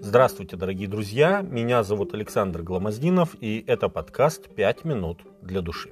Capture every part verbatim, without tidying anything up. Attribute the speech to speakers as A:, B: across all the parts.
A: Здравствуйте, дорогие друзья, меня зовут Александр Гломоздинов, и это подкаст «пять минут для души».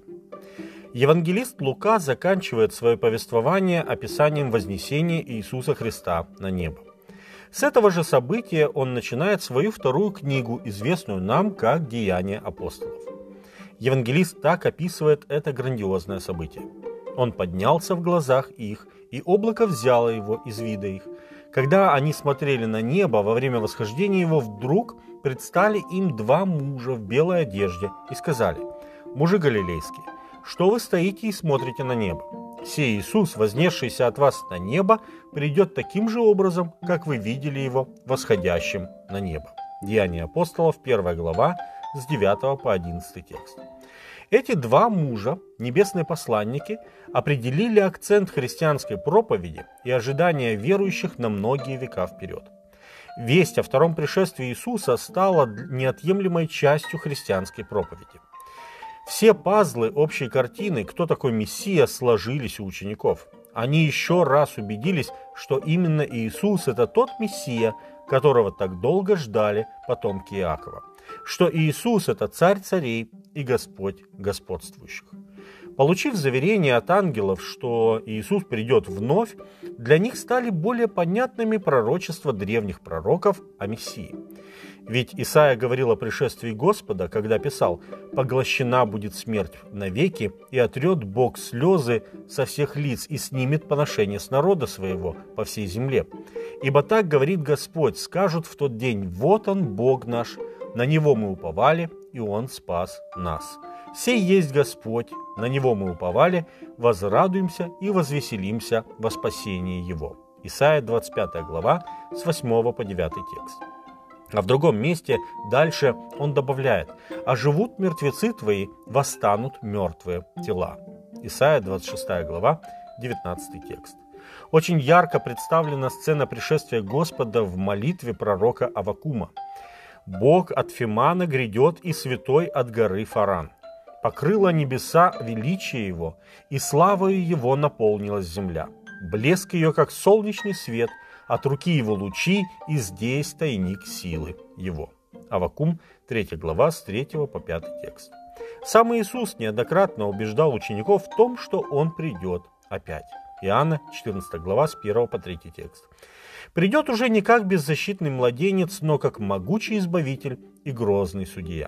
A: Евангелист Лука заканчивает свое повествование описанием вознесения Иисуса Христа на небо. С этого же события он начинает свою вторую книгу, известную нам как «Деяния апостолов». Евангелист так описывает это грандиозное событие. «Он поднялся в глазах их, и облако взяло его из вида их. Когда они смотрели на небо во время восхождения его, вдруг предстали им два мужа в белой одежде и сказали: „Мужи галилейские, что вы стоите и смотрите на небо? Сей Иисус, вознесшийся от вас на небо, придет таким же образом, как вы видели его восходящим на небо». Деяния апостолов, первая глава, с девятого по одиннадцатый текст. Эти два мужа, небесные посланники, определили акцент христианской проповеди и ожидания верующих на многие века вперед. Весть о втором пришествии Иисуса стала неотъемлемой частью христианской проповеди. Все пазлы общей картины, кто такой Мессия, сложились у учеников. Они еще раз убедились, что именно Иисус – это тот Мессия, которого так долго ждали потомки Иакова, что Иисус – это царь царей и Господь господствующих. Получив заверение от ангелов, что Иисус придет вновь, для них стали более понятными пророчества древних пророков о Мессии. Ведь Исаия говорил о пришествии Господа, когда писал: «Поглощена будет смерть навеки, и отрет Бог слезы со всех лиц, и снимет поношение с народа своего по всей земле. Ибо так говорит Господь, скажут в тот день: вот он, Бог наш, на Него мы уповали, и Он спас нас. Сей есть Господь, на Него мы уповали, возрадуемся и возвеселимся во спасении Его». Исайя двадцать пятая глава, с восьмого по девятый текст. А в другом месте дальше он добавляет: «А живут мертвецы твои, восстанут мертвые тела». Исайя двадцать шестая глава, девятнадцатый текст. Очень ярко представлена сцена пришествия Господа в молитве пророка Аввакума. «Бог от Фимана грядет, и святой от горы Фаран. Покрыло небеса величие его, и славою его наполнилась земля. Блеск ее, как солнечный свет, от руки его лучи, и здесь тайник силы его». Аввакум, третья глава, с третьего по пятый текст. Сам Иисус неоднократно убеждал учеников в том, что Он придет опять. Иоанна, четырнадцатая глава, с первого по третий текст. Придет уже не как беззащитный младенец, но как могучий избавитель и грозный судья.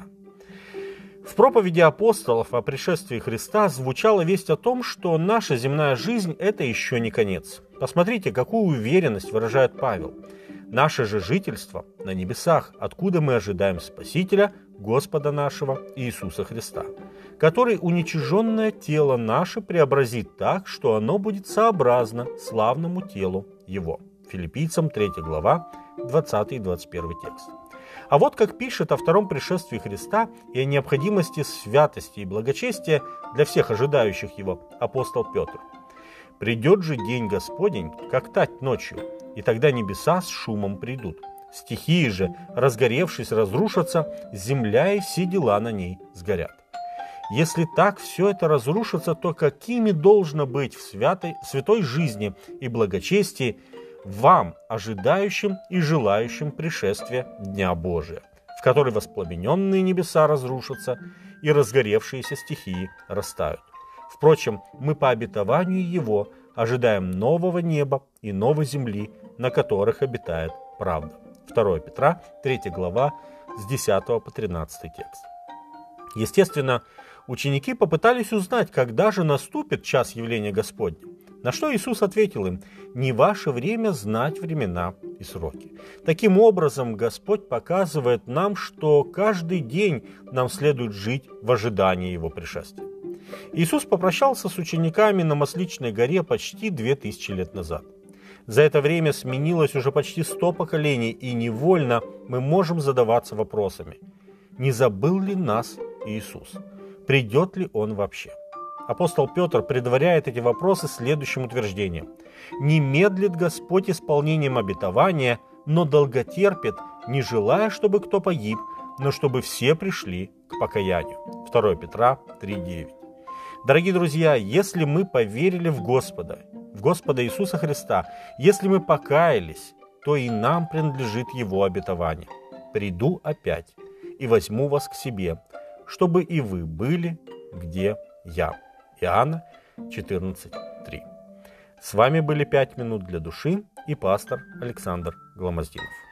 A: В проповеди апостолов о пришествии Христа звучала весть о том, что наша земная жизнь – это еще не конец. Посмотрите, какую уверенность выражает Павел. Наше же жительство на небесах, откуда мы ожидаем Спасителя, Господа нашего Иисуса Христа, который уничиженное тело наше преобразит так, что оно будет сообразно славному телу Его. Филиппийцам, третья глава, двадцатый и двадцать первый текст. А вот как пишет о втором пришествии Христа и о необходимости святости и благочестия для всех ожидающих Его апостол Петр. «Придет же день Господень, как тать ночью, и тогда небеса с шумом придут. Стихии же, разгоревшись, разрушатся, земля и все дела на ней сгорят». Если так все это разрушится, то какими должно быть в святой, святой жизни и благочестии вам, ожидающим и желающим пришествия Дня Божия, в который воспламененные небеса разрушатся и разгоревшиеся стихии растают. Впрочем, мы по обетованию Его ожидаем нового неба и новой земли, на которых обитает правда. второе Петра, третья глава, с десятого по тринадцатый текст. Естественно, ученики попытались узнать, когда же наступит час явления Господня. На что Иисус ответил им: «Не ваше время знать времена и сроки». Таким образом, Господь показывает нам, что каждый день нам следует жить в ожидании Его пришествия. Иисус попрощался с учениками на Масличной горе почти две тысячи лет назад. За это время сменилось уже почти сто поколений, и невольно мы можем задаваться вопросами: не забыл ли нас Иисус? Придет ли Он вообще? Апостол Петр предваряет эти вопросы следующим утверждением: «Не медлит Господь исполнением обетования, но долготерпит, не желая, чтобы кто погиб, но чтобы все пришли к покаянию». второе Петра три девять. Дорогие друзья, если мы поверили в Господа, в Господа Иисуса Христа, если мы покаялись, то и нам принадлежит его обетование. Приду опять и возьму вас к себе, чтобы и вы были, где я. Иоанна четырнадцать три. С вами были «Пять минут для души» и пастор Александр Гломоздинов.